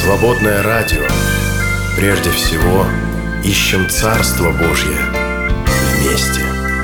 Свободное радио. Прежде всего, ищем Царство Божье вместе.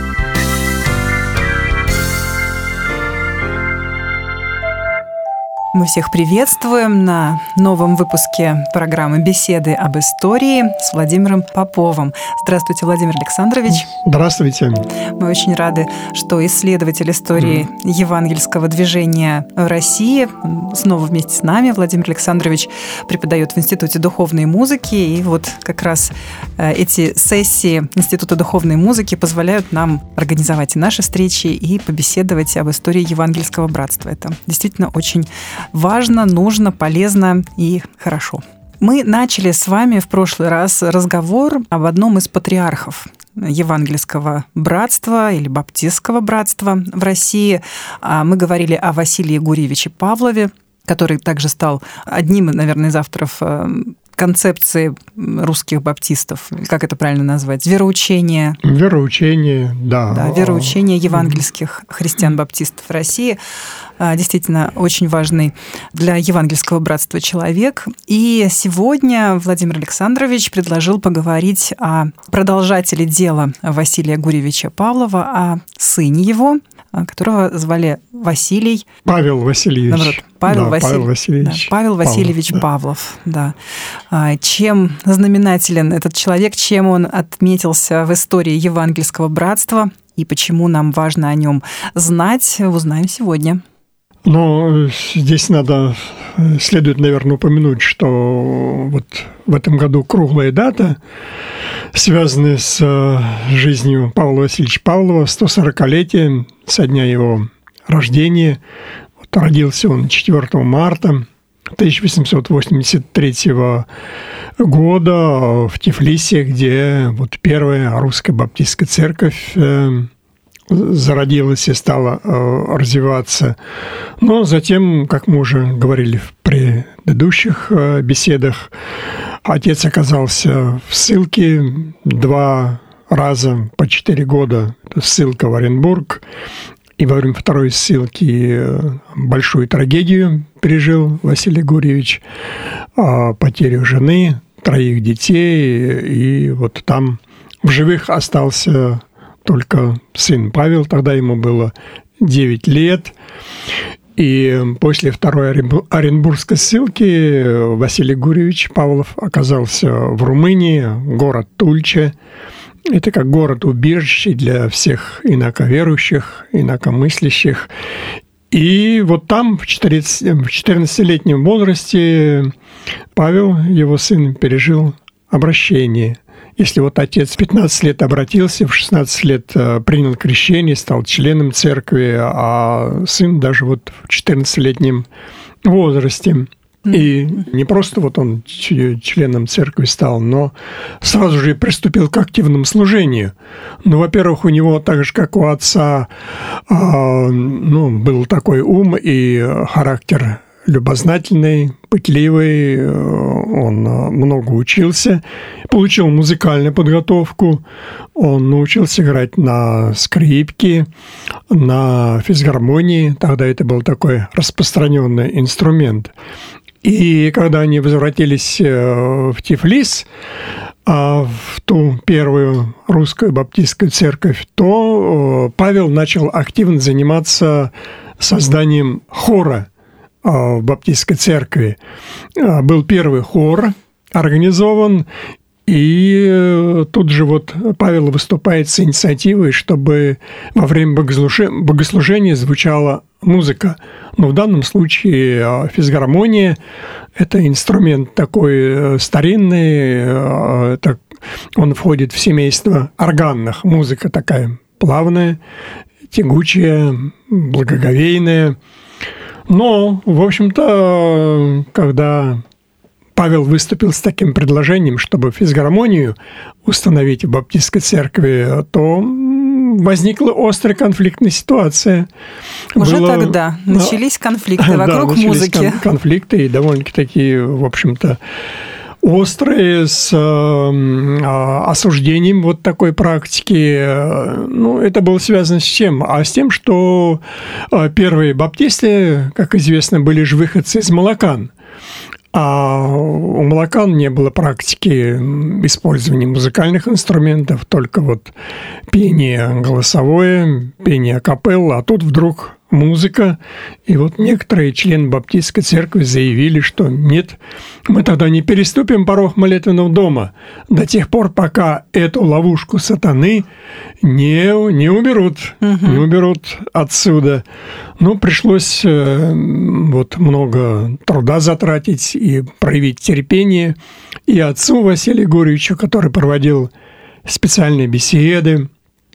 Мы всех приветствуем на новом выпуске программы «Беседы об истории» с Владимиром Поповым. Здравствуйте, Владимир Александрович. Здравствуйте. Мы очень рады, что исследователь истории евангельского движения в России снова вместе с нами. Владимир Александрович преподает в Институте духовной музыки. И вот как раз эти сессии Института духовной музыки позволяют нам организовать и наши встречи, и побеседовать об истории евангельского братства. Это действительно очень важно, нужно, полезно и хорошо. Мы начали с вами в прошлый раз разговор об одном из патриархов евангельского братства или баптистского братства в России. Мы говорили о Василии Гурьевиче Павлове, который также стал одним, наверное, из авторов концепции русских баптистов, как это правильно назвать, вероучения. Вероучение, да. Да, вероучения евангельских христиан-баптистов в России. Действительно, очень важный для евангельского братства человек. И сегодня Владимир Александрович предложил поговорить о продолжателе дела Василия Гурьевича Павлова, о сыне его, которого звали Василий. Павел Васильевич. Наоборот, Павел Васильевич Павлов. Да. Чем знаменателен этот человек, чем он отметился в истории евангельского братства и почему нам важно о нем знать, узнаем сегодня. Но здесь следует, наверное, упомянуть, что вот в этом году круглая дата, связанная с жизнью Павла Васильевича Павлова, 140-летие со дня его рождения. Вот родился он 4 марта 1883 года в Тифлисе, где вот первая русская баптистская церковь зародилась и стала развиваться. Но затем, как мы уже говорили в предыдущих беседах, отец оказался в ссылке 2 раза по 4 года. Это ссылка в Оренбург. И во время второй ссылки большую трагедию пережил Василий Гурьевич, потерю жены, 3 детей. И вот там в живых остался только сын Павел, тогда ему было 9 лет. И после второй оренбургской ссылки Василий Гурьевич Павлов оказался в Румынии, город Тульче. Это как город-убежище для всех инаковерующих, инакомыслящих. И вот там в 14-летнем возрасте Павел, его сын, пережил обращение. Если вот отец в 15 лет обратился, в 16 лет принял крещение, стал членом церкви, а сын даже вот в 14-летнем возрасте. И не просто вот он членом церкви стал, но сразу же приступил к активному служению. Ну, во-первых, у него, так же, как у отца, был такой ум и характер любознательный, пытливый, он много учился, получил музыкальную подготовку, он научился играть на скрипке, на физгармонии, тогда это был такой распространенный инструмент. И когда они возвратились в Тифлис, в ту первую русскую баптистскую церковь, то Павел начал активно заниматься созданием хора в баптистской церкви. Был первый хор организован, и тут же вот Павел выступает с инициативой, чтобы во время богослужения звучала музыка. Но в данном случае физгармония – это инструмент такой старинный, он входит в семейство органных. Музыка такая плавная, тягучая, благоговейная. Но, в общем-то, когда Павел выступил с таким предложением, чтобы физгармонию установить в баптистской церкви, то возникла острая конфликтная ситуация. Уже тогда начались конфликты вокруг музыки. Конфликты и довольно-таки такие, в общем-то, острые, с осуждением вот такой практики. Ну, это было связано с чем? А с тем, что первые баптисты, как известно, были же выходцы из Молокан. А у молокан не было практики использования музыкальных инструментов, только вот пение голосовое, пение акапелла, а тут вдруг музыка. И вот некоторые члены Баптистской церкви заявили, что нет, мы тогда не переступим порог молитвенного дома до тех пор, пока эту ловушку сатаны не уберут, не уберут отсюда. Ну, пришлось вот много труда затратить и проявить терпение и отцу Василию Гурьевичу, который проводил специальные беседы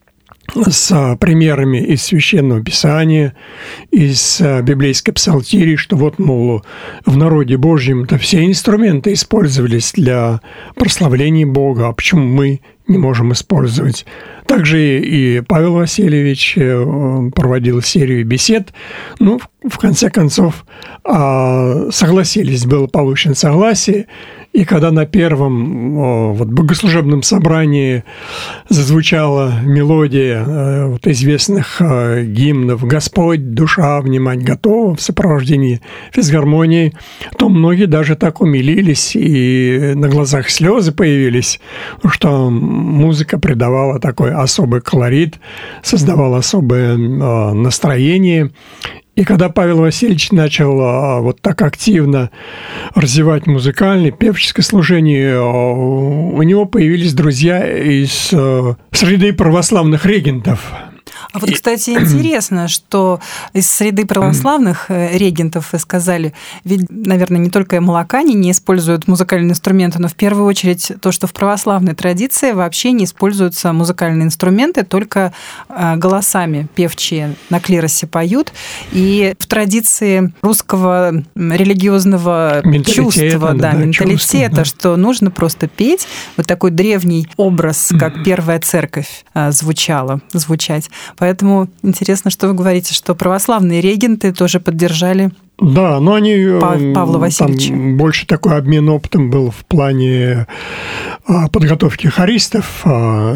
с примерами из Священного Писания, из библейской псалтири, что вот, мол, в народе Божьем-то все инструменты использовались для прославления Бога, а почему мы не можем использовать? Также и Павел Васильевич проводил серию бесед. Ну, в конце концов, согласились, было получено согласие. И когда на первом вот, богослужебном собрании зазвучала мелодия вот, известных гимнов «Господь, душа внимать готова» в сопровождении физгармонии, то многие даже так умилились, и на глазах слезы появились, что музыка придавала такой особый колорит, создавала особое настроение. И когда Павел Васильевич начал вот так активно развивать музыкальное, певческое служение, у него появились друзья из среды православных регентов. А вот, кстати, интересно, что из среды православных регентов вы сказали, ведь, наверное, не только молокане не используют музыкальные инструменты, но в первую очередь то, что в православной традиции вообще не используются музыкальные инструменты, только голосами певчие на клиросе поют. И в традиции русского религиозного чувства, менталитета, что нужно просто петь, вот такой древний образ, как первая церковь звучать. Поэтому интересно, что вы говорите, что православные регенты тоже поддержали. Да, но они Павла Васильевича. Больше такой обмен опытом был в плане подготовки хористов,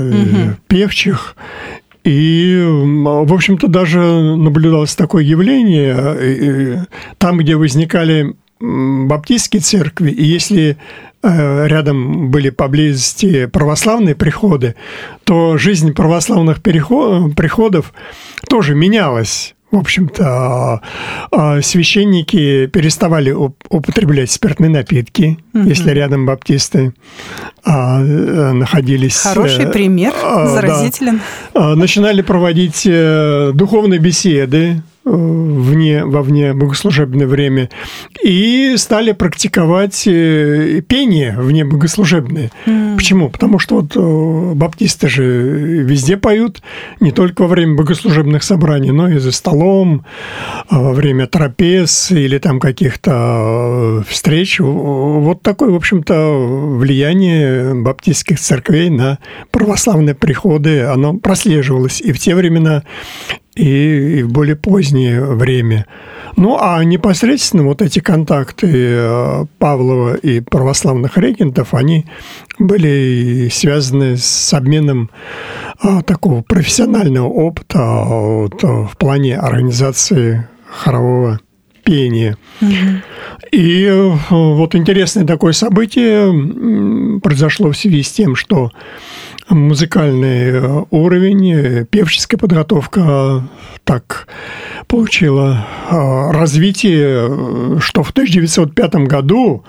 певчих. И, в общем-то, даже наблюдалось такое явление, там, где возникали баптистские церкви, и если рядом были поблизости православные приходы, то жизнь православных приходов тоже менялась. В общем-то, священники переставали употреблять спиртные напитки, если рядом баптисты находились. Хороший пример, заразителен. Да. Начинали проводить духовные беседы во вне богослужебное время, и стали практиковать пение вне богослужебное. Почему? Потому что вот баптисты же везде поют, не только во время богослужебных собраний, но и за столом, во время трапез или там каких-то встреч. Вот такое, в общем-то, влияние баптистских церквей на православные приходы, оно прослеживалось и в те времена, и в более позднее время. Ну, а непосредственно вот эти контакты Павлова и православных регентов, они были связаны с обменом такого профессионального опыта в плане организации хорового пения. И вот интересное такое событие произошло в связи с тем, что музыкальный уровень, певческая подготовка так получила развитие, что в 1905 году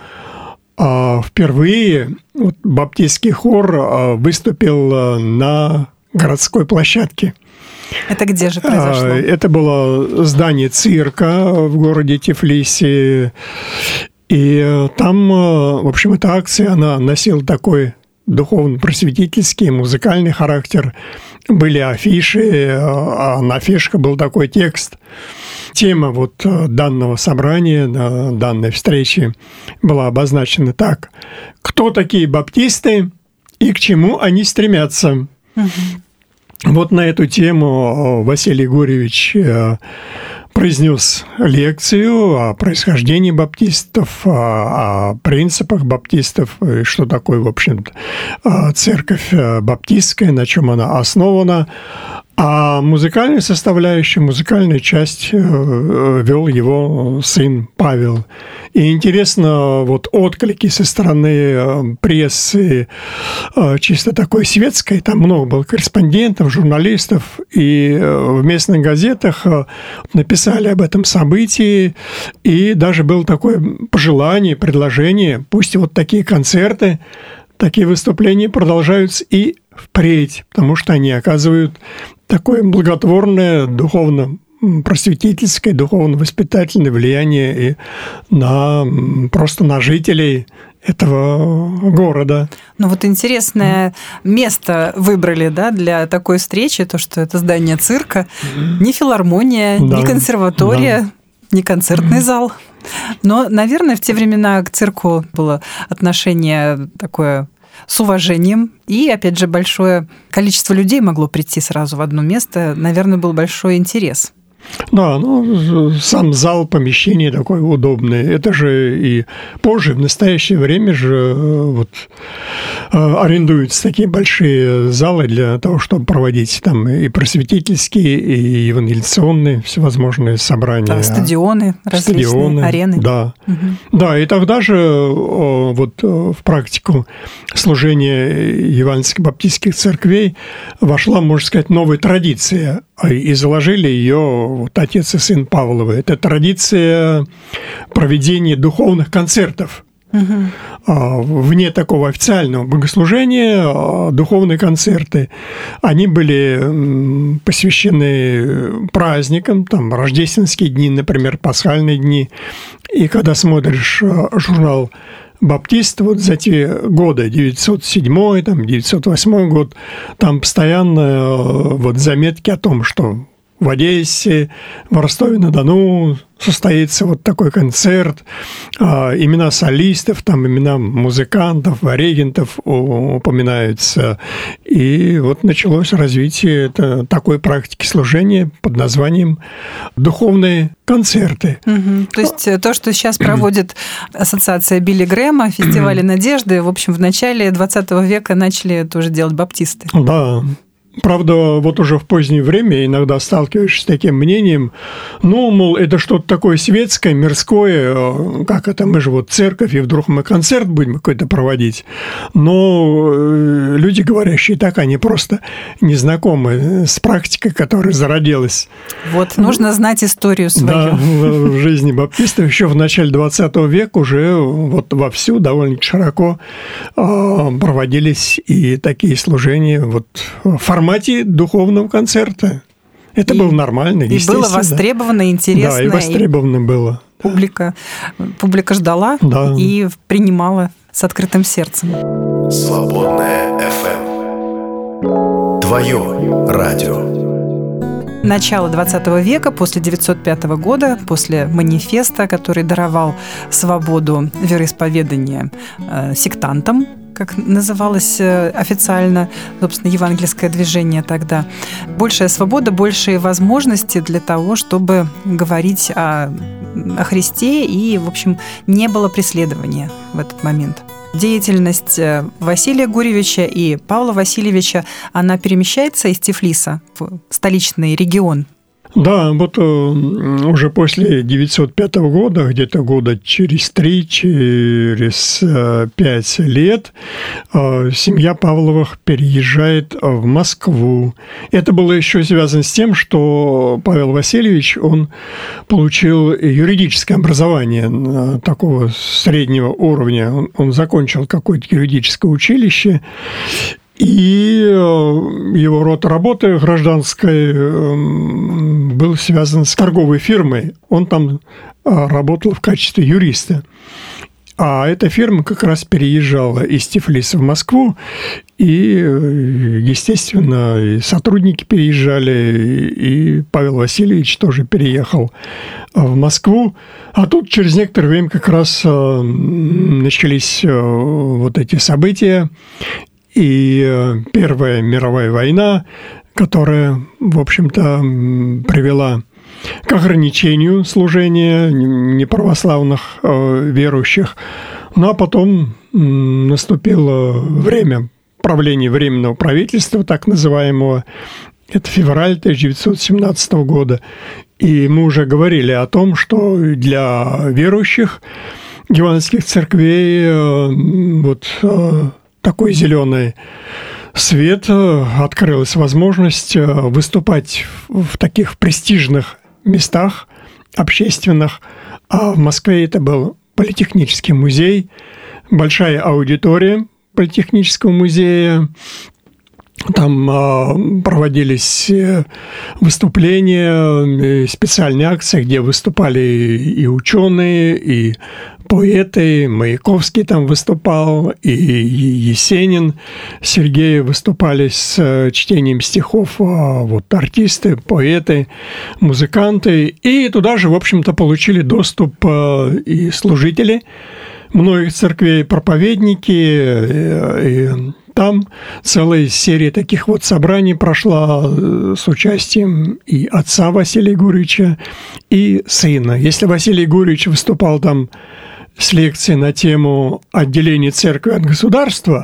впервые баптистский хор выступил на городской площадке. Это где же произошло? Это было здание цирка в городе Тифлисе. И там, в общем, эта акция, она носила такой духовно-просветительский, музыкальный характер. Были афиши, а на афишах был такой текст. Тема вот данного собрания, данной встречи была обозначена так: кто такие баптисты и к чему они стремятся? Вот на эту тему Василий Гурьевич произнес лекцию о происхождении баптистов, о принципах баптистов, что такое, в общем-то, церковь баптистская, на чем она основана. А музыкальную составляющую, музыкальную часть вел его сын Павел. И интересно, вот отклики со стороны прессы чисто такой светской, там много было корреспондентов, журналистов, и в местных газетах написали об этом событии, и даже было такое пожелание, предложение, пусть вот такие концерты, такие выступления продолжаются и впредь, потому что они оказывают такое благотворное, духовно-просветительское, духовно-воспитательное влияние и просто на жителей этого города. Ну вот интересное место выбрали, да, для такой встречи, то, что это здание цирка, не филармония, не консерватория, не концертный зал. Но, наверное, в те времена к цирку было отношение такое с уважением, и, опять же, большое количество людей могло прийти сразу в одно место. Наверное, был большой интерес. Да, сам зал, помещение такое удобное. Это же и позже, в настоящее время же арендуются такие большие залы для того, чтобы проводить там и просветительские, и евангелиционные всевозможные собрания. Да, стадионы различные, арены. Да. Угу. Да, и тогда же в практику служения евангельско-баптистских церквей вошла, можно сказать, новая традиция, и заложили ее отец и сын Павловы. Это традиция проведения духовных концертов. Вне такого официального богослужения духовные концерты, они были посвящены праздникам, там, рождественские дни, например, пасхальные дни. И когда смотришь журнал «Баптист», вот за те годы, 907, там, 908 год, там постоянно заметки о том, что в Одессе, в Ростове-на-Дону состоится вот такой концерт, имена солистов, там имена музыкантов, регентов упоминаются. И вот началось развитие такой практики служения под названием «Духовные концерты». То есть то, что сейчас проводит ассоциация Билли Грэма, фестивали надежды, в общем, в начале 20 века начали тоже делать баптисты. Да. Правда, вот уже в позднее время иногда сталкиваешься с таким мнением, мол, это что-то такое светское, мирское, как это, мы же вот церковь, и вдруг мы концерт будем какой-то проводить. Но люди, говорящие так, они просто не знакомы с практикой, которая зародилась. Вот, нужно знать историю свою. Да, в жизни баптистов еще в начале 20 века уже вот вовсю довольно широко проводились и такие служения вот в формате духовного концерта. Это было нормально, естественно. И было востребовано, интересно. Да, и востребовано было. Публика ждала и принимала с открытым сердцем. Свободная FM. Твое радио. Начало 20 века, после 905 года, после манифеста, который даровал свободу вероисповедания сектантам, как называлось официально, собственно, евангельское движение тогда. Большая свобода, большие возможности для того, чтобы говорить о Христе, и, в общем, не было преследования в этот момент. Деятельность Василия Гурьевича и Павла Васильевича, она перемещается из Тифлиса в столичный регион. Да, вот уже после 905 года, где-то года через 3, через 5 лет, семья Павловых переезжает в Москву. Это было еще связано с тем, что Павел Васильевич, он получил юридическое образование такого среднего уровня. Он закончил какое-то юридическое училище, и его род работы гражданской был связан с торговой фирмой. Он там работал в качестве юриста. А эта фирма как раз переезжала из Тифлиса в Москву, и, естественно, и сотрудники переезжали, и Павел Васильевич тоже переехал в Москву. А тут через некоторое время как раз начались вот эти события, и Первая мировая война, которая, в общем-то, привела к ограничению служения неправославных верующих. Ну, а потом наступило время правления Временного правительства, так называемого, Это февраль 1917 года. И мы уже говорили о том, что для верующих евангельских церквей вот такой зеленый свет, открылась возможность выступать в таких престижных местах общественных. А в Москве это был Политехнический музей, большая аудитория Политехнического музея. Там проводились выступления, специальные акции, где выступали и ученые, и поэты. Маяковский там выступал, и Есенин, Сергей выступали с чтением стихов. Вот артисты, поэты, музыканты. И туда же, в общем-то, получили доступ и служители многих церквей, проповедники, и там целая серия таких вот собраний прошла с участием и отца Василия Гурьевича, и сына. Если Василий Гурьевич выступал там с лекцией на тему отделения церкви от государства,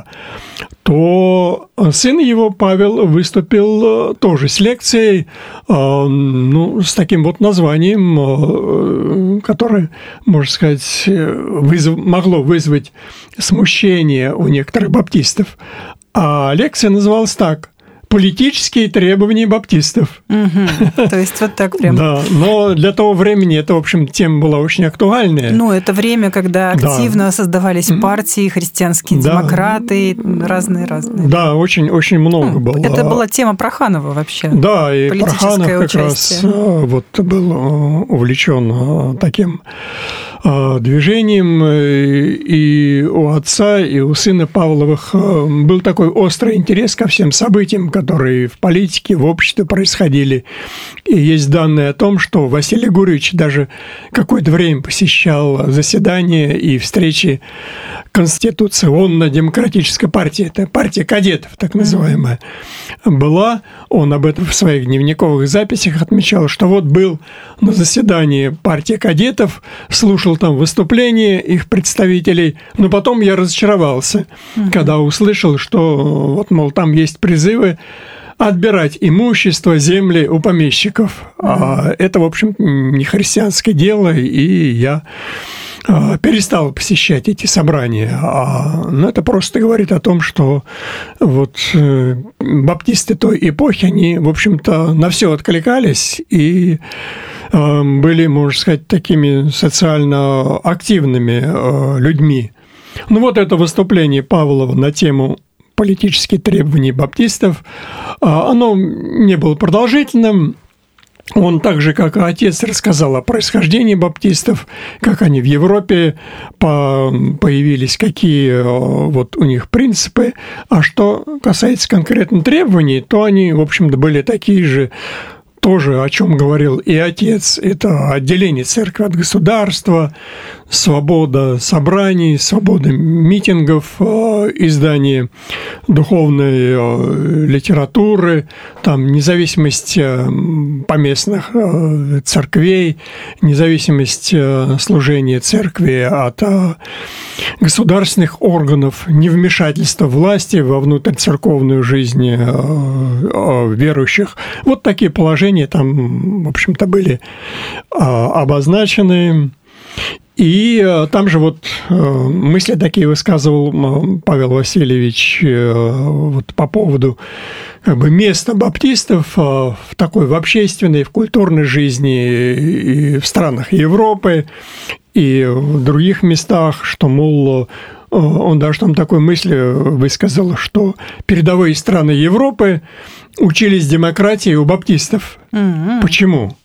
то сын его, Павел, выступил тоже с лекцией, с таким вот названием, которое, можно сказать, могло вызвать смущение у некоторых баптистов. А лекция называлась так: «Политические требования баптистов». То есть вот так прям. Да, но для того времени это, в общем, тема была очень актуальная. Ну, это время, когда активно создавались партии, христианские демократы, разные. Да, очень много было. Это была тема Проханова вообще. Да, и Проханов как раз вот был увлечен таким движением, и у отца, и у сына Павловых был такой острый интерес ко всем событиям, которые в политике, в обществе происходили. И есть данные о том, что Василий Гурьевич даже какое-то время посещал заседания и встречи Конституционно-демократической партии. Это партия кадетов, так называемая, была. Он об этом в своих дневниковых записях отмечал, что вот был на заседании партии кадетов, слушал там выступления их представителей, но потом я разочаровался, когда услышал, что вот, мол, там есть призывы отбирать имущество, земли у помещиков. Это, в общем, не христианское дело, и я перестал посещать эти собрания. Но это просто говорит о том, что вот баптисты той эпохи, они, в общем-то, на все откликались и были, можно сказать, такими социально активными людьми. Ну вот это выступление Павлова на тему политические требования баптистов, оно не было продолжительным. Он так же, как и отец, рассказал о происхождении баптистов, как они в Европе появились, какие вот у них принципы. А что касается конкретно требований, то они, в общем-то, были такие же, тоже, о чем говорил и отец, это отделение церкви от государства, свобода собраний, свобода митингов, издание духовной литературы, там независимость поместных церквей, независимость служения церкви от государственных органов, невмешательство власти во внутрицерковную жизнь верующих. Вот такие положения там, в общем-то, были обозначены. И там же вот мысли такие высказывал Павел Васильевич вот по поводу как бы места баптистов в такой, в общественной, в культурной жизни и в странах Европы, и в других местах, что, мол, он даже там такой мысли высказал, что передовые страны Европы учились демократии у баптистов. Почему?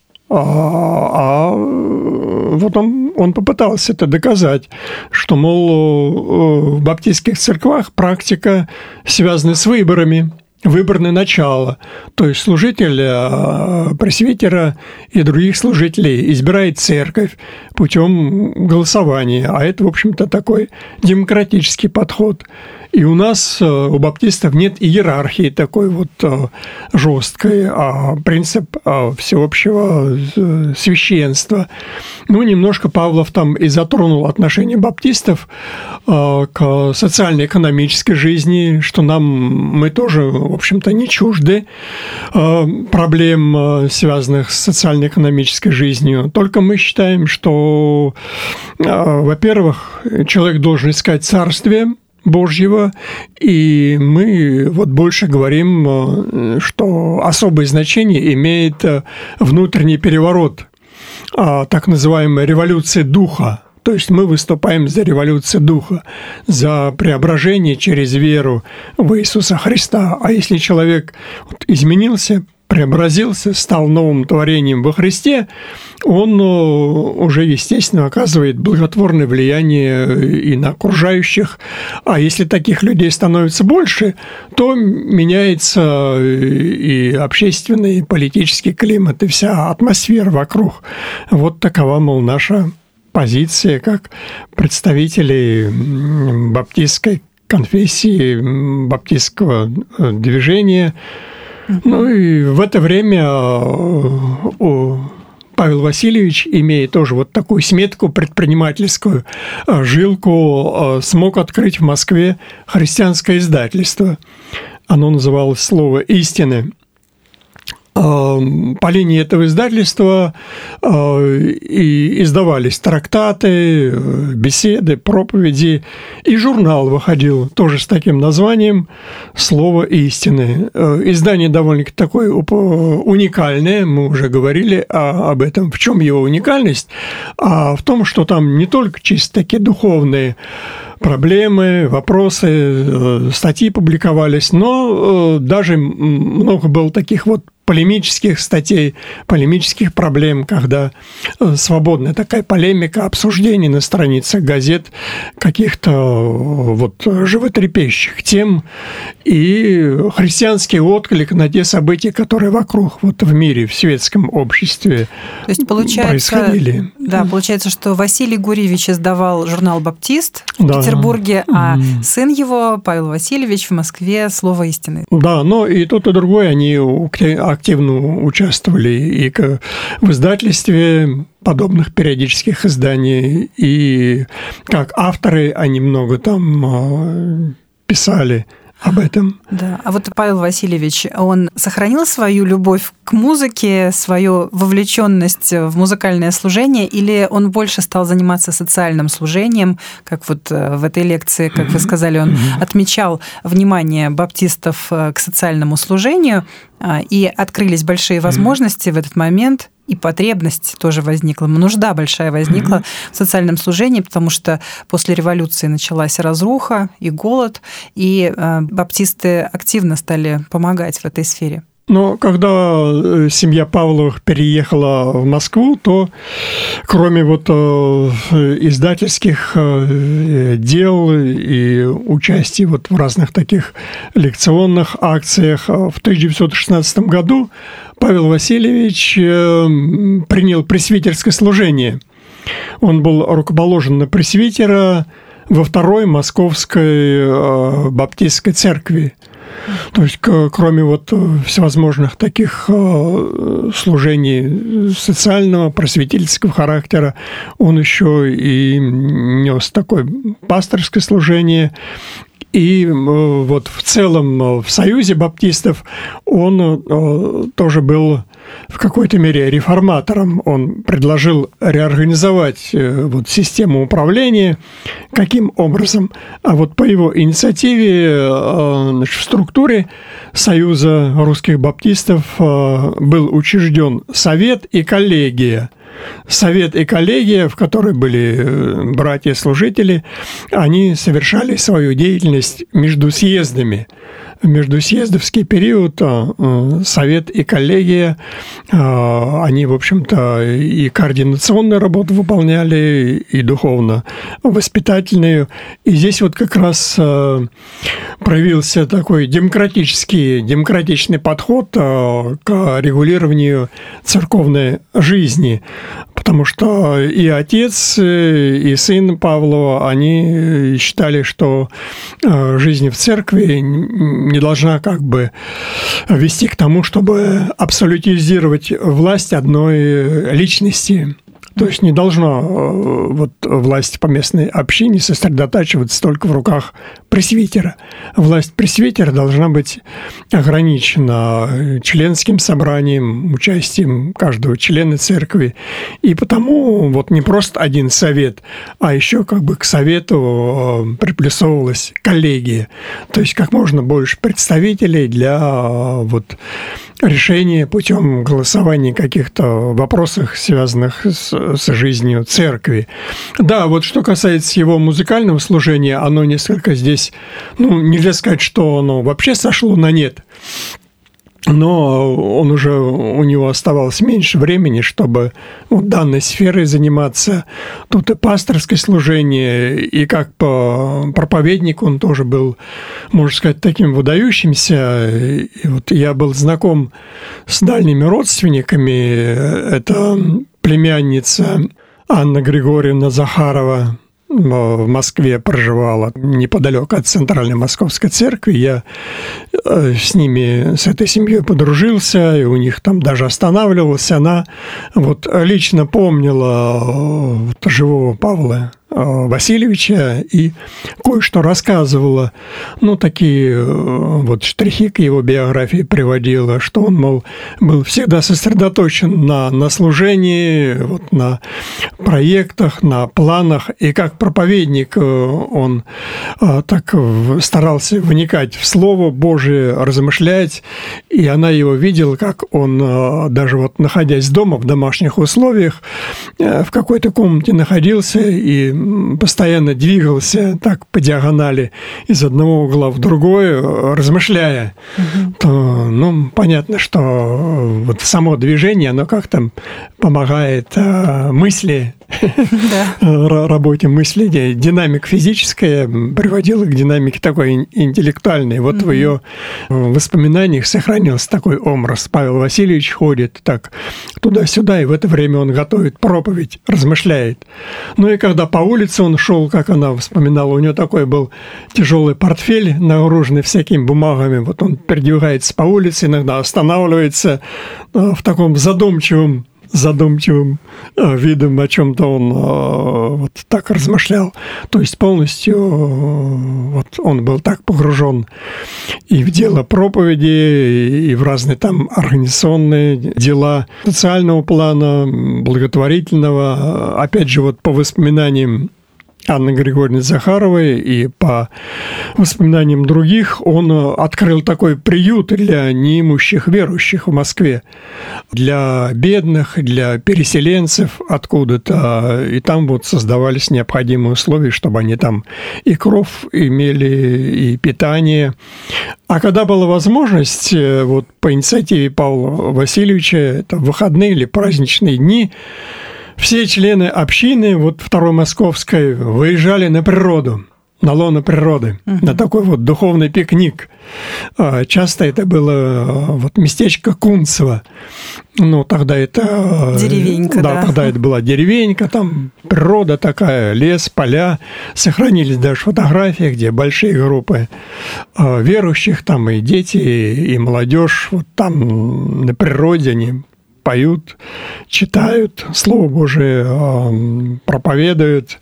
Вот он попытался это доказать, что, мол, в баптистских церквах практика связана с выборами, выборное начало. То есть служитель пресвитера и других служителей избирает церковь, путем голосования. А это, в общем-то, такой демократический подход. И у нас, у баптистов, нет иерархии такой вот жесткой, а принцип всеобщего священства. Ну, немножко Павлов там и затронул отношение баптистов к социально-экономической жизни, что мы тоже, в общем-то, не чужды проблем, связанных с социально-экономической жизнью. Только мы считаем, что, во-первых, человек должен искать царствие Божьего, и мы вот больше говорим, что особое значение имеет внутренний переворот, так называемая революция духа. То есть мы выступаем за революцию духа, за преображение через веру в Иисуса Христа. А если человек изменился, преобразился, стал новым творением во Христе, он уже, естественно, оказывает благотворное влияние и на окружающих. А если таких людей становится больше, то меняется и общественный, и политический климат, и вся атмосфера вокруг. Вот такова, мол, наша позиция как представителей баптистской конфессии, баптистского движения. Ну и в это время Павел Васильевич, имея тоже вот такую сметку предпринимательскую, жилку, смог открыть в Москве христианское издательство. Оно называлось «Слово истины». По линии этого издательства и издавались трактаты, беседы, проповеди, и журнал выходил тоже с таким названием «Слово истины». Издание довольно-таки такое уникальное, мы уже говорили об этом. В чем его уникальность? А в том, что там не только чисто такие духовные проблемы, вопросы, статьи публиковались, но даже много было таких вот полемических статей, полемических проблем, когда свободная такая полемика, обсуждение на страницах газет каких-то вот животрепещущих тем и христианский отклик на те события, которые вокруг вот в мире, в светском обществе происходили. Да, получается, что Василий Гурьевич издавал журнал «Баптист» в Петербурге, а сын его, Павел Васильевич, в Москве «Слово истины». Да, но и тот, и другой, они активно участвовали и в издательстве подобных периодических изданий, и как авторы они много там писали об этом. Да. А вот Павел Васильевич, он сохранил свою любовь к музыке, свою вовлеченность в музыкальное служение, или он больше стал заниматься социальным служением, как вот в этой лекции, как вы сказали, он отмечал внимание баптистов к социальному служению, и открылись большие возможности в этот момент, и потребность тоже возникла, нужда большая возникла в социальном служении, потому что после революции началась разруха и голод, и баптисты активно стали помогать в этой сфере. Но когда семья Павловых переехала в Москву, то кроме вот издательских дел и участия вот в разных таких лекционных акциях, в 1916 году Павел Васильевич принял пресвитерское служение. Он был рукоположен на пресвитера во второй Московской баптистской церкви. То есть, кроме вот всевозможных таких служений социального, просветительского характера, он еще и нес такое пасторское служение. И вот в целом в Союзе баптистов он тоже был в какой-то мере реформатором. Он предложил реорганизовать вот систему управления. Каким образом? А вот по его инициативе в структуре Союза русских баптистов был учрежден совет и коллегия. Совет и коллегия, в которой были братья-служители, они совершали свою деятельность между съездами. междусъездовский период совет и коллегия, они, в общем-то, и координационную работу выполняли, и духовно-воспитательную. И здесь вот как раз проявился такой демократичный подход к регулированию церковной жизни, потому что и отец, и сын Павлова, они считали, что жизнь в церкви не должна как бы вести к тому, чтобы абсолютизировать власть одной личности. То есть не должна вот власть поместной общине сосредотачиваться только в руках пресвитера. Власть пресвитера должна быть ограничена членским собранием, участием каждого члена церкви. И потому вот не просто один совет, а еще как бы к совету приплюсовывалась коллегия. То есть как можно больше представителей для вот решения путем голосования каких-то вопросов, связанных с жизнью церкви. Да, вот что касается его музыкального служения, оно несколько здесь, нельзя сказать, что оно вообще сошло на нет. Но у него оставалось меньше времени, чтобы данной сферой заниматься. Тут и пасторское служение, и как проповедник он тоже был, можно сказать, таким выдающимся. И вот я был знаком с дальними родственниками. Это племянница Анна Григорьевна Захарова, в Москве проживала, неподалеку от Центральной Московской Церкви. Я с этой семьей подружился, и у них там даже останавливался. Она вот лично помнила живого Павла Васильевича и кое-что рассказывала. Такие вот штрихи к его биографии приводила, что он, мол, был всегда сосредоточен на служении, вот на проектах, на планах. И как проповедник он так старался вникать в Слово Божие, размышлять. И она его видела, как он, даже вот находясь дома в домашних условиях, в какой-то комнате находился и постоянно двигался так по диагонали из одного угла в другой, размышляя. То, понятно, что вот само движение, оно как-то помогает мысли, работе мысли. Динамика физическая приводила к динамике такой интеллектуальной. Вот в ее воспоминаниях сохранился такой образ. Павел Васильевич ходит так туда-сюда, и в это время он готовит проповедь, размышляет. И когда по улице он шел, как она вспоминала, у него такой был тяжелый портфель, нагруженный всякими бумагами. Вот он передвигается по улице, иногда останавливается в таком задумчивым видом, о чем-то он вот так размышлял. То есть полностью вот он был так погружен и в дело проповеди, и в разные там организационные дела социального плана, благотворительного. Опять же, вот по воспоминаниям Анны Григорьевны Захаровой и по воспоминаниям других, он открыл такой приют для неимущих верующих в Москве, для бедных, для переселенцев откуда-то. И там вот создавались необходимые условия, чтобы они там и кров имели, и питание. А когда была возможность, вот по инициативе Павла Васильевича, это выходные или праздничные дни, все члены общины, вот Второй Московской, выезжали на природу, на лоно природы, на такой вот духовный пикник. Часто это было вот местечко Кунцево. Тогда это... Деревенька, да. Тогда это была деревенька, там природа такая, лес, поля. Сохранились даже фотографии, где большие группы верующих, там и дети, и молодежь, вот там на природе они поют, читают, Слово Божие проповедуют.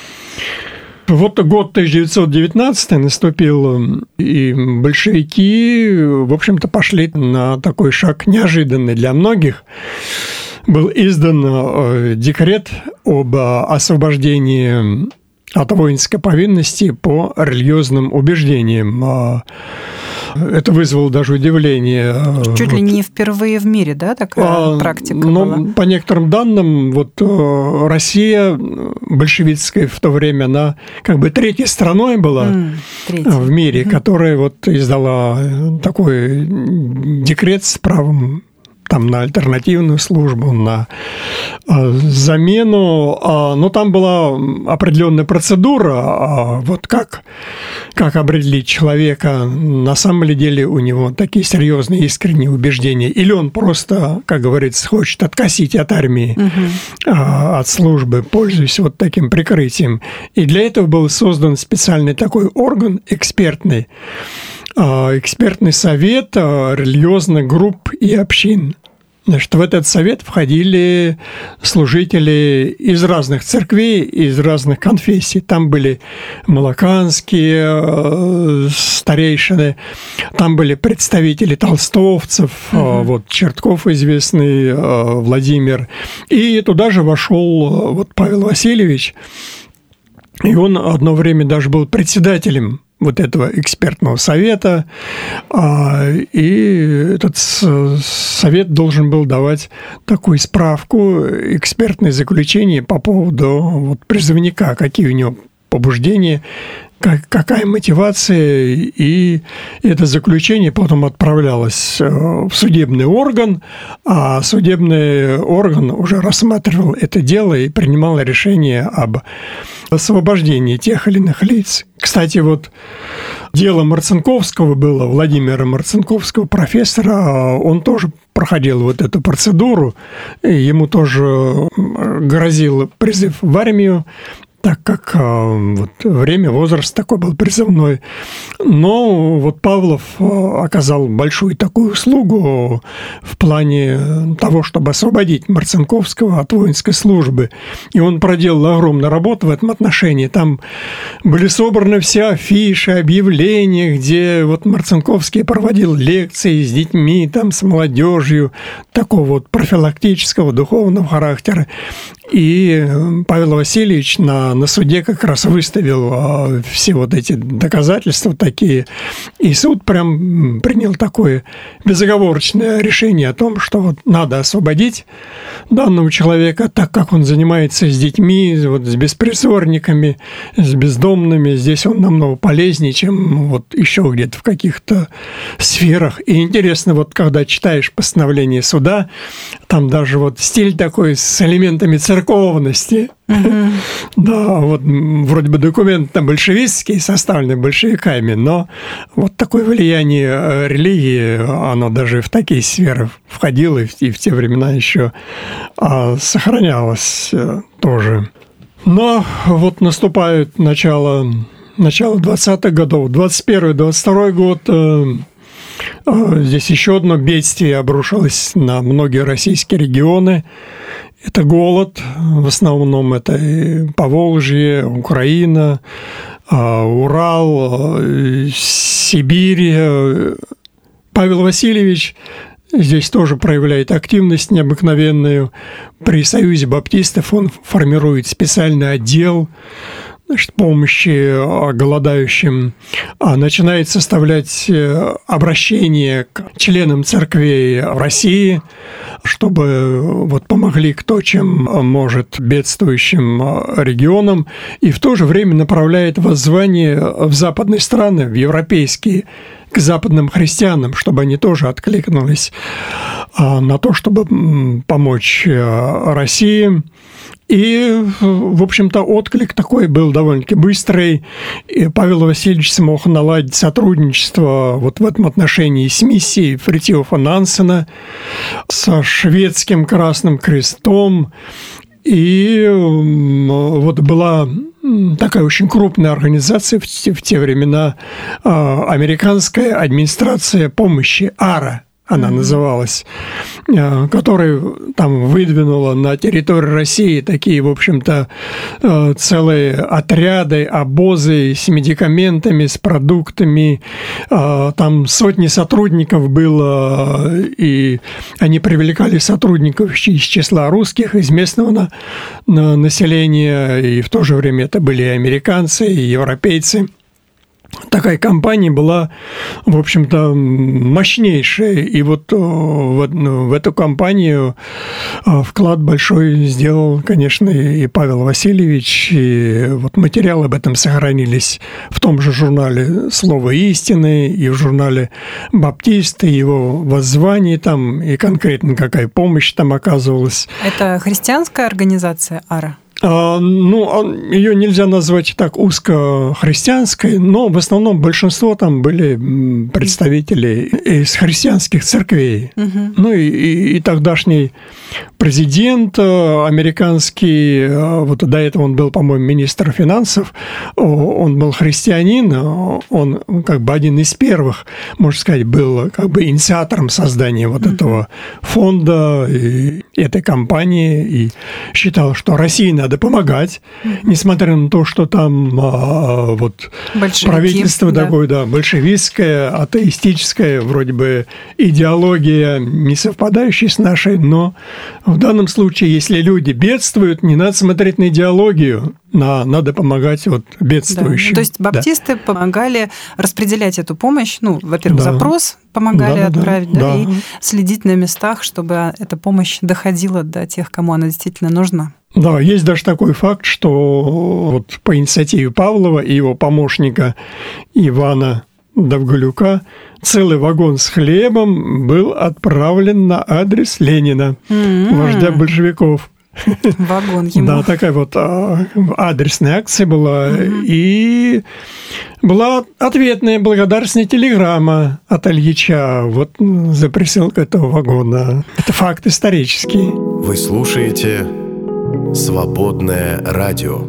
Вот год 1919 наступил, и большевики, в общем-то, пошли на такой шаг неожиданный для многих. Был издан декрет об освобождении от воинской повинности по религиозным убеждениям. Это вызвало даже удивление. Чуть ли не впервые в мире, да, такая практика была? По некоторым данным, Россия большевистская в то время, она как бы третьей страной была в мире, которая издала такой декрет с правом на альтернативную службу, на замену. Но там была определенная процедура, как определить человека, на самом ли деле у него такие серьезные искренние убеждения, или он просто, как говорится, хочет откосить от армии, от службы, пользуясь таким прикрытием. И для этого был создан специальный такой орган экспертный совет религиозных групп и общин. Значит, в этот совет входили служители из разных церквей, из разных конфессий. Там были молоканские старейшины, там были представители толстовцев, Чертков известный, Владимир. И туда же вошел Павел Васильевич, и он одно время даже был председателем этого экспертного совета, и этот совет должен был давать такую справку, экспертное заключение по поводу призывника, какие у него побуждения, какая мотивация, и это заключение потом отправлялось в судебный орган, а судебный орган уже рассматривал это дело и принимал решение об освобождении тех или иных лиц. Кстати, дело Марцинковского было, Владимира Марцинковского, профессора, он тоже проходил эту процедуру, и ему тоже грозил призыв в армию, так как время, возраст такой был призывной. Но Павлов оказал большую такую услугу в плане того, чтобы освободить Марцинковского от воинской службы. И он проделал огромную работу в этом отношении. Там были собраны все афиши, объявления, где Марцинковский проводил лекции с детьми, с молодежью, такого профилактического, духовного характера. И Павел Васильевич на суде как раз выставил все эти доказательства такие, и суд прям принял такое безоговорочное решение о том, что надо освободить данного человека, так как он занимается с детьми, с беспризорниками, с бездомными. Здесь он намного полезнее, чем еще где-то в каких-то сферах. И интересно, когда читаешь постановление суда, там даже стиль такой с элементами церковности. Да, вроде бы документ большевистский, составленный большевиками, но такое влияние религии, оно даже в такие сферы входило и в те времена еще сохранялось тоже. Но наступает начало 20-х годов, 21-22 год. Здесь еще одно бедствие обрушилось на многие российские регионы. Это голод, в основном это Поволжье, Украина, Урал, Сибирь. Павел Васильевич здесь тоже проявляет активность необыкновенную. При Союзе баптистов он формирует специальный отдел помощи голодающим, начинает составлять обращения к членам церквей в России, чтобы помогли кто чем может бедствующим регионам, и в то же время направляет воззвание в западные страны, в европейские, к западным христианам, чтобы они тоже откликнулись на то, чтобы помочь России. И, в общем-то, отклик такой был довольно-таки быстрый. И Павел Васильевич смог наладить сотрудничество в этом отношении с миссией Фритьёфа Нансена, со шведским Красным Крестом. И была такая очень крупная организация в те времена, американская администрация помощи, АРА. Она называлась, которая там выдвинула на территории России такие, в общем-то, целые отряды, обозы с медикаментами, с продуктами. Там сотни сотрудников было, и они привлекали сотрудников из числа русских, из местного населения, и в то же время это были и американцы, и европейцы. такая кампания была, в общем-то, мощнейшая. И вот в эту кампанию вклад большой сделал, конечно, и Павел Васильевич. И вот материалы об этом сохранились в том же журнале «Слово истины», и в журнале «Баптисты», его воззвание там, и конкретно какая помощь там оказывалась. Это христианская организация «Ара»? Ее нельзя назвать так узко христианской, но в основном большинство там были представители из христианских церквей. Угу. Ну и тогдашний президент американский, вот до этого он был, по-моему, министр финансов, он был христианин, он как бы один из первых, можно сказать, был как бы инициатором создания вот этого фонда и этой кампании, и считал, что России надо помогать, несмотря на то, что там вот правительство такое, да, большевистское, атеистическое, вроде бы идеология не совпадающая с нашей, но в данном случае, если люди бедствуют, не надо смотреть на идеологию, надо помогать вот бедствующим. Да. То есть баптисты помогали распределять эту помощь, во-первых, запрос помогали отправить, и следить на местах, чтобы эта помощь доходила до тех, кому она действительно нужна. Да, есть даже такой факт, что вот по инициативе Павлова и его помощника Ивана Довголюка целый вагон с хлебом был отправлен на адрес Ленина, вождя большевиков. Вагон ему. Да, такая вот адресная акция была. И была ответная благодарственная телеграмма от Ильича вот за присылку этого вагона. Это факт исторический. Вы слушаете «Свободное радио».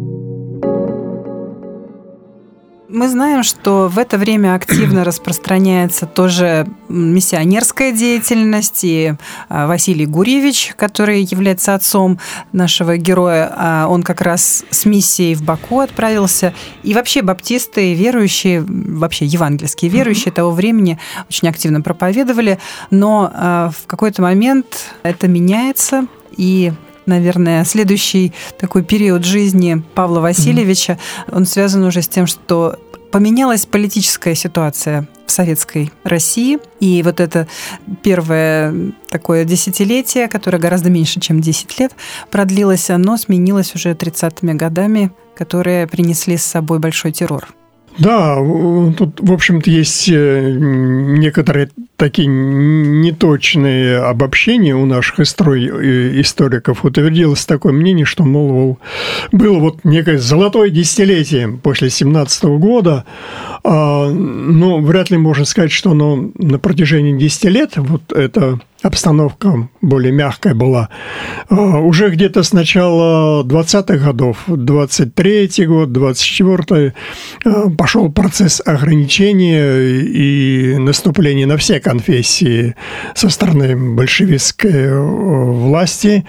Мы знаем, что в это время активно распространяется тоже миссионерская деятельность, и Василий Гурьевич, который является отцом нашего героя, он как раз с миссией в Баку отправился. И вообще баптисты, верующие, вообще евангельские верующие того времени очень активно проповедовали, но в какой-то момент это меняется, и наверное, следующий такой период жизни Павла Васильевича, он связан уже с тем, что поменялась политическая ситуация в советской России. И вот это первое такое десятилетие, которое гораздо меньше, чем 10 лет продлилось, оно сменилось уже 30-ми годами, которые принесли с собой большой террор. Да, тут, в общем-то, есть некоторые такие неточные обобщения у наших историков. Утвердилось такое мнение, что, мол, было вот некое золотое десятилетие после 17 года, но вряд ли можно сказать, что оно на протяжении 10 лет, вот эта обстановка более мягкая была. Уже где-то с начала 20-х годов, 23-й год, 24-й, пошел процесс ограничения и наступления на все конфессии со стороны большевистской власти.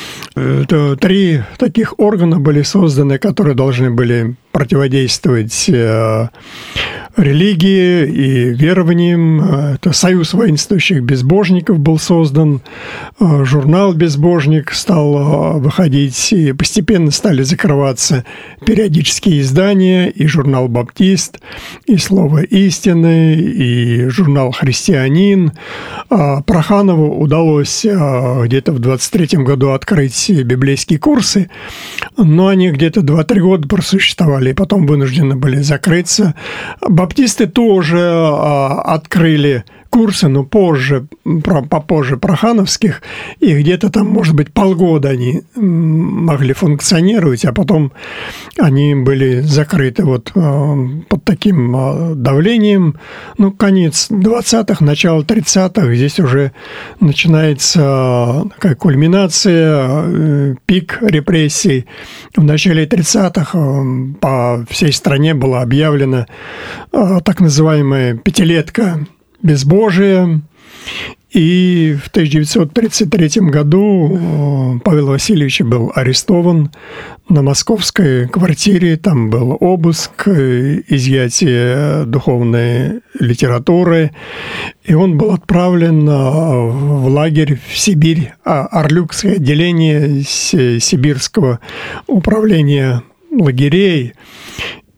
3 таких органа были созданы, которые должны были противодействовать религии и верованиям. Это Союз воинствующих безбожников был создан, журнал «Безбожник» стал выходить, и постепенно стали закрываться периодические издания, и журнал «Баптист», и «Слово истины», и журнал «Христианин». Проханову удалось где-то в 23-м году открыть библейские курсы, но они где-то 2-3 года просуществовали, и потом вынуждены были закрыться. Баптисты тоже открыли курсы, но попозже прохановских, и где-то там, может быть, полгода они могли функционировать, а потом они были закрыты вот под таким давлением. Конец 20-х, начало 30-х, здесь уже начинается такая кульминация, пик репрессий. В начале 30-х по всей стране была объявлена так называемая пятилетка безбожия. И в 1933 году Павел Васильевич был арестован на московской квартире. Там был обыск, изъятие духовной литературы. И он был отправлен в лагерь в Сибирь, Орлюкское отделение Сибирского управления лагерей.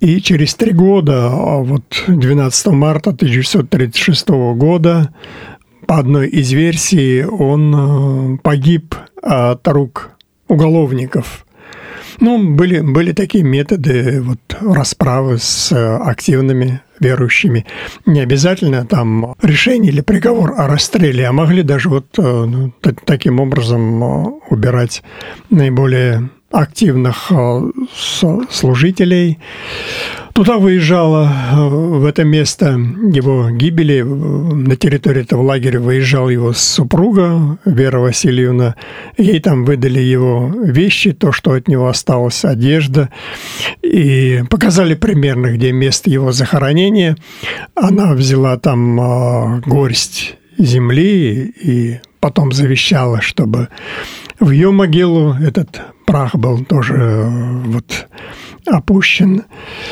И через 3 года, вот 12 марта 1936 года, по одной из версий, он погиб от рук уголовников. Ну, были такие методы расправы с активными верующими. Не обязательно там решение или приговор о расстреле, а могли даже таким образом убирать наиболее активных служителей. Туда выезжала, в это место его гибели, на территории этого лагеря выезжала его супруга Вера Васильевна. Ей там выдали его вещи, то, что от него осталось, одежда. И показали примерно, где место его захоронения. Она взяла там горсть земли и потом завещала, чтобы в ее могилу этот прах был тоже опущен.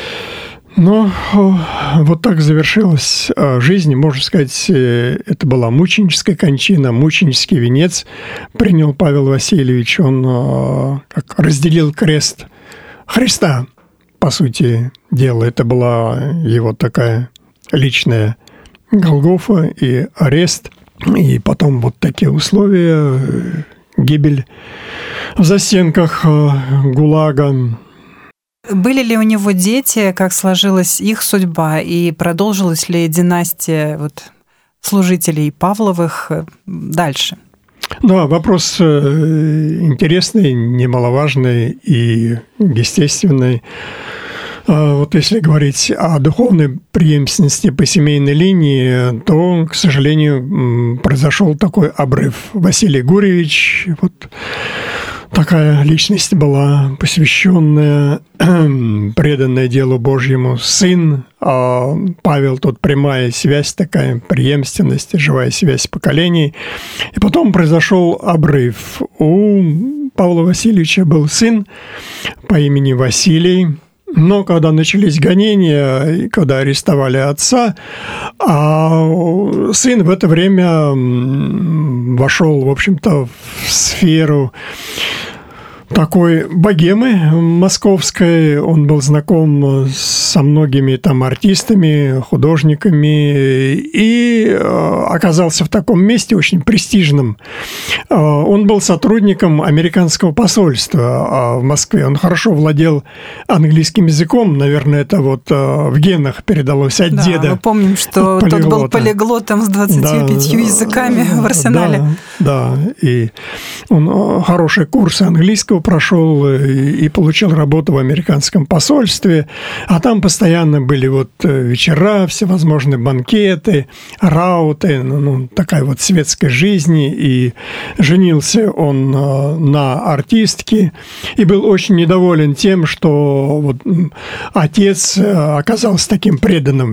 Но вот так завершилась жизнь. Можно сказать, это была мученическая кончина, мученический венец принял Павел Васильевич. Он разделил крест Христа, по сути дела. Это была его такая личная Голгофа и арест. И потом вот такие условия, гибель в застенках ГУЛАГа. Были ли у него дети, как сложилась их судьба, и продолжилась ли династия служителей Павловых дальше? Да, вопрос интересный, немаловажный и естественный. Вот если говорить о духовной преемственности по семейной линии, то, к сожалению, произошел такой обрыв. Василий Гурьевич, такая личность была, посвященная, преданная делу Божьему, сын. А Павел, тут прямая связь такая, преемственность, живая связь поколений. И потом произошел обрыв. У Павла Васильевича был сын по имени Василий. Но когда начались гонения, когда арестовали отца, а сын в это время вошел, в общем-то, в сферу такой богемы московской. Он был знаком со многими там артистами, художниками и оказался в таком месте очень престижном. Он был сотрудником американского посольства в Москве. Он хорошо владел английским языком. Наверное, это в генах передалось от деда. Мы помним, что тот был полиглотом с 25 языками в арсенале. Да, и он хорошие курсы английского прошел и получил работу в американском посольстве, а там постоянно были вечера, всевозможные банкеты, рауты, такая светской жизни, и женился он на артистке, и был очень недоволен тем, что отец оказался таким преданным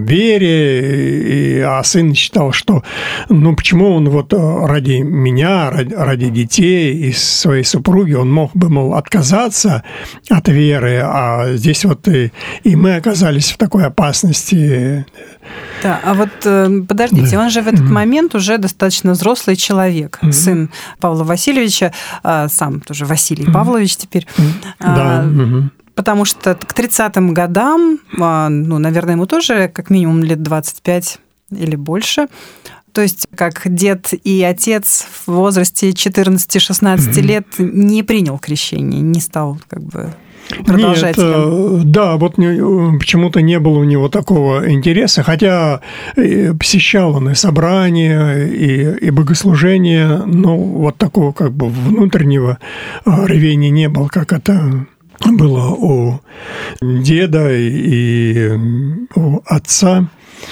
вере, а сын считал, что почему он ради меня, ради детей и своей супруги, он мог бы, отказаться от веры, а здесь и мы оказались в такой опасности. Да, а подождите, да. Он же в этот момент уже достаточно взрослый человек, сын Павла Васильевича, сам тоже Василий Павлович теперь. Да. Потому что к 30-м годам, наверное, ему тоже как минимум лет 25 или больше. То есть как дед и отец в возрасте 14-16 лет не принял крещение, не стал продолжателем. Нет, да, почему-то не было у него такого интереса, хотя посещал он и собрания, и богослужения, но такого внутреннего рвения не было, как это было у деда и у отца.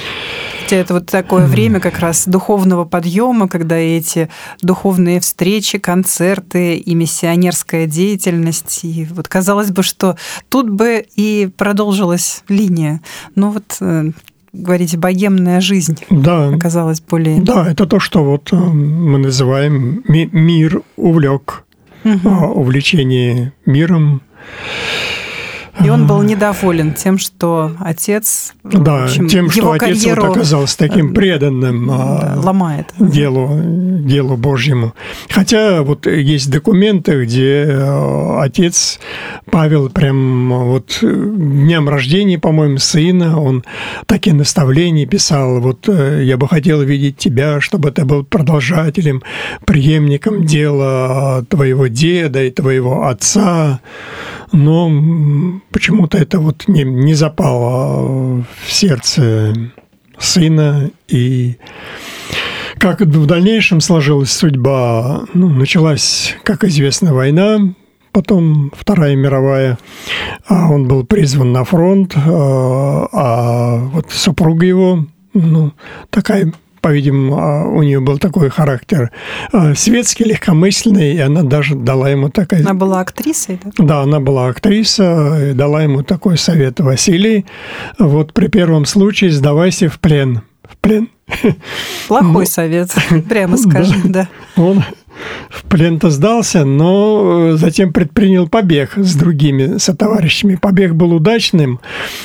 Это такое время как раз духовного подъема, когда эти духовные встречи, концерты и миссионерская деятельность. И казалось бы, что тут бы и продолжилась линия. Но говорите, богемная жизнь оказалась более... Да, это то, что мы называем мир увлек, увлечение миром. И он был недоволен тем, что отец, да, тем, что отец вот оказался таким преданным ломает делу Божьему. Хотя вот есть документы, где отец Павел прям вот днем рождения, по-моему, сына, он такие наставления писал: вот я бы хотел видеть тебя, чтобы ты был продолжателем, преемником дела твоего деда и твоего отца. Но почему-то это вот не запало в сердце сына. И как в дальнейшем сложилась судьба, началась, как известно, война, потом Вторая мировая, он был призван на фронт, а вот супруга его, такая, по-видимому, у нее был такой характер светский, легкомысленный, и она даже дала ему такая... Она была актрисой, да? Да, она была актриса, и дала ему такой совет: Василий, вот при первом случае сдавайся в плен. В плен. Плохой совет, прямо скажем, да. Он в плен-то сдался, но затем предпринял побег с другими сотоварищами. Побег был удачным.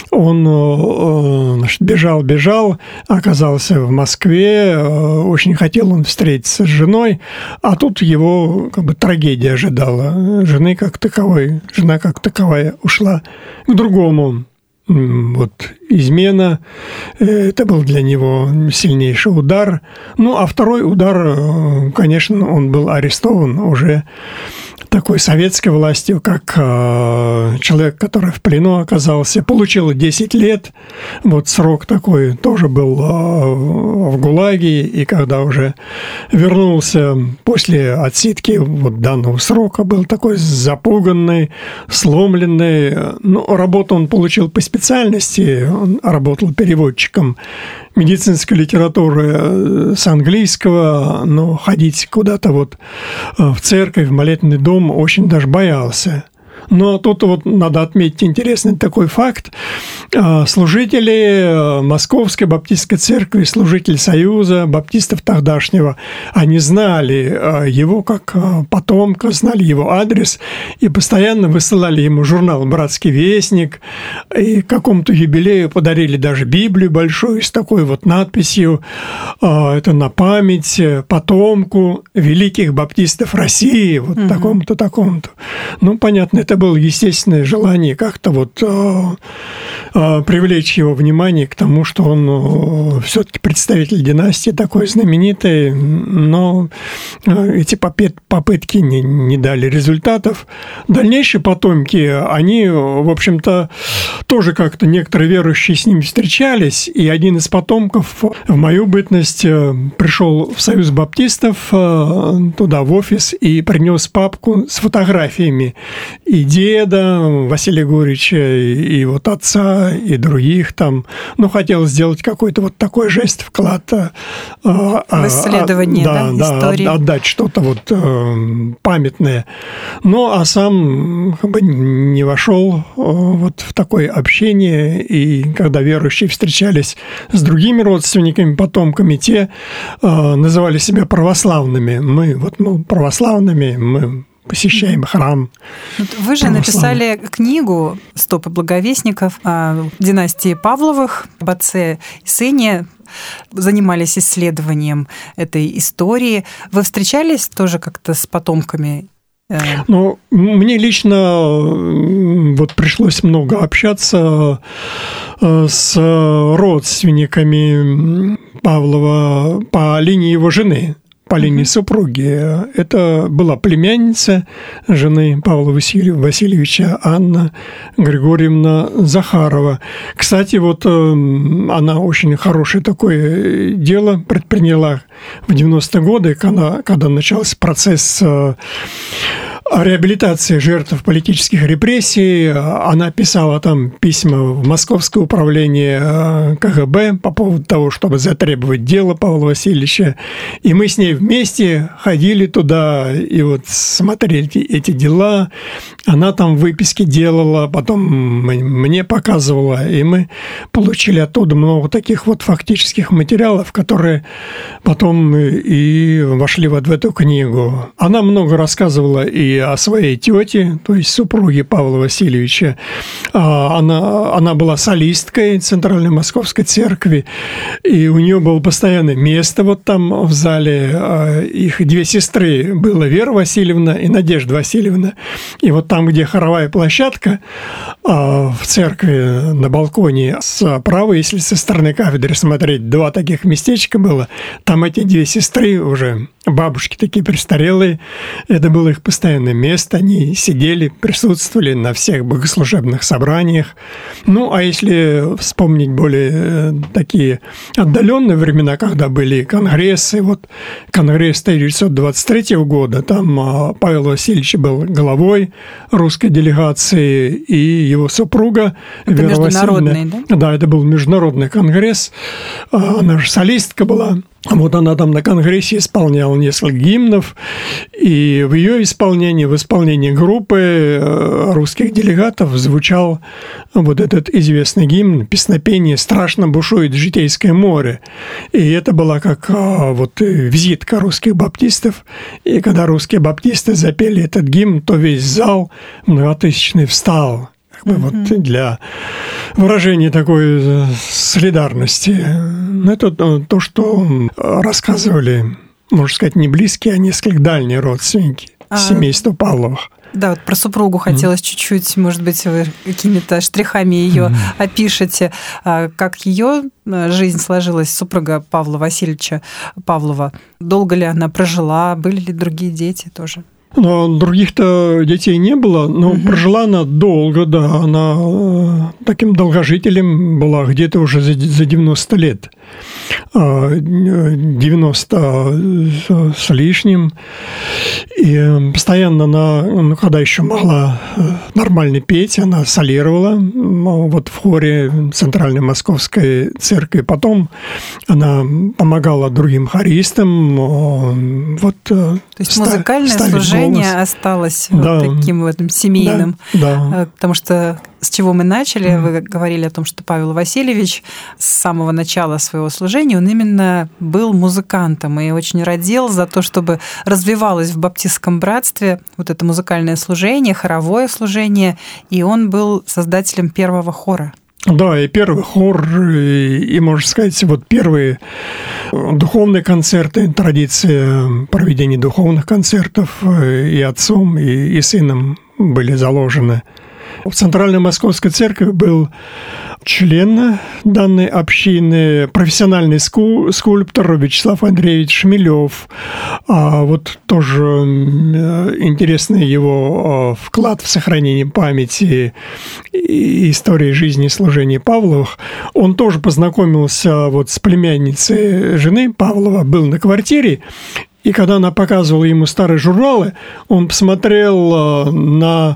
Он бежал, оказался в Москве. Очень хотел он встретиться с женой, а тут его трагедия ожидала. Жена как таковая ушла к другому. Вот измена, это был для него сильнейший удар. А второй удар, конечно, он был арестован уже такой советской властью, как человек, который в плену оказался, получил 10 лет. Вот срок такой тоже был в ГУЛАГе, и когда уже вернулся после отсидки вот данного срока, был такой запуганный, сломленный. Работу он получил по специальности, он работал переводчиком медицинской литературы с английского, но ходить куда-то вот в церковь, в молитвенный дом очень даже боялся. Но тут вот надо отметить интересный такой факт. Служители Московской Баптистской церкви, служители Союза Баптистов тогдашнего, они знали его как потомка, знали его адрес и постоянно высылали ему журнал «Братский вестник», и к какому-то юбилею подарили даже Библию большую с такой вот надписью: это на память потомку великих баптистов России, вот такому-то, такому-то. Понятно, это было естественное желание как-то вот привлечь его внимание к тому, что он все-таки представитель династии такой знаменитой, но эти попытки не дали результатов. Дальнейшие потомки, они, в общем-то, тоже как-то некоторые верующие с ними встречались, и один из потомков в мою бытность пришел в Союз Баптистов, туда в офис, и принес папку с фотографиями и деда Василия Гурьевича, и вот отца, и других там. Хотел сделать какой-то вот такой жест, вклад в исследование, истории. Отдать что-то вот памятное. А сам не вошел вот в такое общение, и когда верующие встречались с другими родственниками, потомками, те называли себя православными. Мы православными, мы посещаем храм. Вы же написали книгу «Стопы благовестников» о династии Павловых, об отце и сыне, занимались исследованием этой истории. Вы встречались тоже как-то с потомками? Мне лично вот пришлось много общаться с родственниками Павлова по линии его жены, по линии супруги. Это была племянница жены Павла Васильевича, Анна Григорьевна Захарова. Кстати, вот она очень хорошее такое дело предприняла в 90-е годы, когда начался процесс реабилитации жертв политических репрессий. Она писала там письма в Московское управление КГБ по поводу того, чтобы затребовать дело Павла Васильевича. И мы с ней вместе ходили туда и вот смотрели эти дела. Она там выписки делала, потом мне показывала, и мы получили оттуда много таких вот фактических материалов, которые потом и вошли вот в эту книгу. Она много рассказывала и о своей тете, то есть супруге Павла Васильевича. Она была солисткой Центральной Московской церкви, и у нее было постоянное место вот там в зале. Их две сестры было, Вера Васильевна и Надежда Васильевна. И вот там, где хоровая площадка, в церкви на балконе справа, если со стороны кафедры смотреть, два таких местечка было. Там эти две сестры уже, бабушки такие престарелые, это было их постоянное место. Они сидели, присутствовали на всех богослужебных собраниях. Ну, а если вспомнить более такие отдаленные времена, когда были конгрессы, вот конгресс 1923 года, там Павел Васильевич был главой русской делегации, и его супруга это Вера международный, Васильевна. да? Да, это был международный конгресс. Она же солистка была. Вот она там на конгрессе исполняла несколько гимнов, и в ее исполнении, в исполнении группы русских делегатов звучал вот этот известный гимн, песнопение «Страшно бушует житейское море». И это была как вот визитка русских баптистов. И когда русские баптисты запели этот гимн, то весь зал многотысячный встал. Вот для выражения такой солидарности. Это то, что рассказывали, можно сказать, не близкие, а несколько дальние родственники семейства Павловых. Да, вот про супругу хотелось чуть-чуть, может быть, вы какими-то штрихами ее опишете. Как ее жизнь сложилась, супруга Павла Васильевича Павлова? Долго ли она прожила? Были ли другие дети тоже? Но других-то детей не было, но прожила она долго, да. Она таким долгожителем была где-то уже за 90 лет. 90 с лишним. И постоянно она, когда еще могла нормально петь, она солировала вот в хоре Центральной Московской церкви. Потом она помогала другим хористам. Вот, то есть музыкальное служение осталось вот таким вот семейным. Да. Потому что с чего мы начали, вы говорили о том, что Павел Васильевич с самого начала своего служения, он именно был музыкантом и очень родил за то, чтобы развивалось в баптистском братстве вот это музыкальное служение, хоровое служение, и он был создателем первого хора. Да, и первый хор, и можно сказать, вот первые духовные концерты, традиция проведения духовных концертов и отцом, и сыном были заложены. В Центральной Московской церкви был член данной общины, профессиональный скульптор Вячеслав Андреевич Шмелев. Вот тоже интересный его вклад в сохранение памяти и истории жизни и служения Павловых. Он тоже познакомился вот с племянницей жены Павлова, был на квартире. И когда она показывала ему старые журналы, он посмотрел на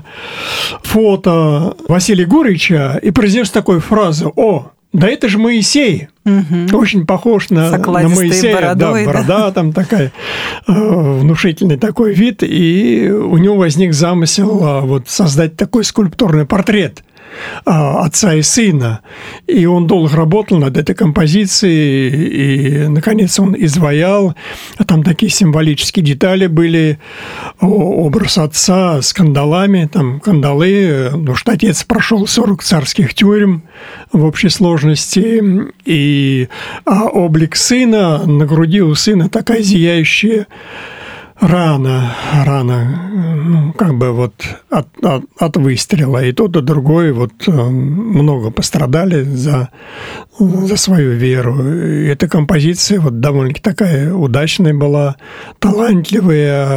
фото Василия Гурьевича и произнес такую фразу: «О, да это же Моисей!» Очень похож на Моисея. Бородой, да, борода там такая, внушительный такой вид. И у него возник замысел вот создать такой скульптурный портрет отца и сына. И он долго работал над этой композицией, и, наконец, он изваял. Там такие символические детали были. Образ отца с кандалами, там кандалы, потому что отец прошел 40 царских тюрем в общей сложности. И облик сына, на груди у сына такая зияющая рана, ну, как бы вот от выстрела. И тот, и другой вот много пострадали за свою веру. И эта композиция вот довольно-таки такая удачная была, талантливо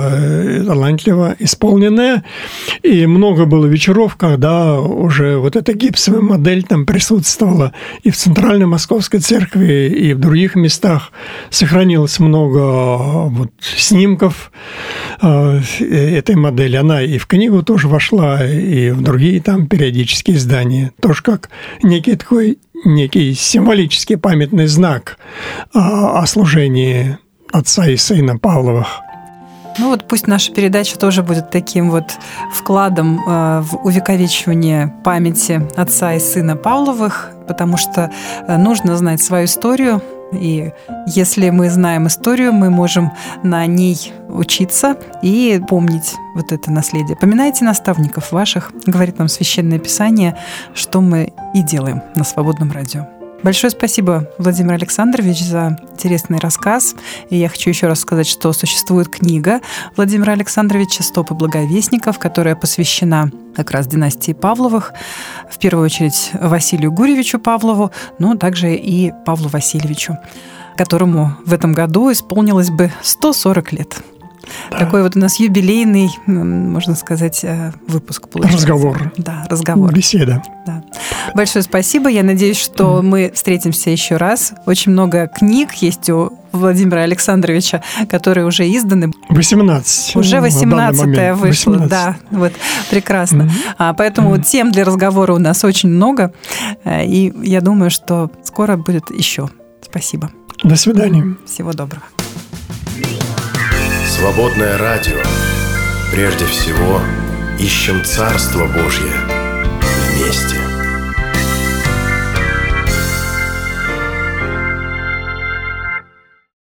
исполненная. И много было вечеров, когда уже вот эта гипсовая модель там присутствовала и в Центральной Московской церкви, и в других местах. Сохранилось много вот снимков этой модели. Она и в книгу тоже вошла, и в другие там периодические издания. Тоже как некий символический памятный знак о служении отца и сына Павловых. Ну вот пусть наша передача тоже будет таким вот вкладом в увековечивание памяти отца и сына Павловых, потому что нужно знать свою историю, И если мы знаем историю, мы можем на ней учиться и помнить вот это наследие. Поминайте наставников ваших, говорит нам Священное Писание, что мы и делаем на Свободном радио. Большое спасибо, Владимир Александрович, за интересный рассказ. И я хочу еще раз сказать, что существует книга Владимира Александровича «Стопы благовестников», которая посвящена как раз династии Павловых, в первую очередь Василию Гурьевичу Павлову, но также и Павлу Васильевичу, которому в этом году исполнилось бы 140 лет. Да. Такой вот у нас юбилейный, можно сказать, выпуск получился. Разговор. Да, разговор. Беседа. Да. Большое спасибо. Я надеюсь, что мы встретимся еще раз. Очень много книг есть у Владимира Александровича, которые уже изданы. 18. Уже 18-я вышла. 18. Да, вот, прекрасно. Поэтому тем для разговора у нас очень много. И я думаю, что скоро будет еще. Спасибо. До свидания. Всего доброго. Свободное радио. Прежде всего, ищем Царство Божье вместе.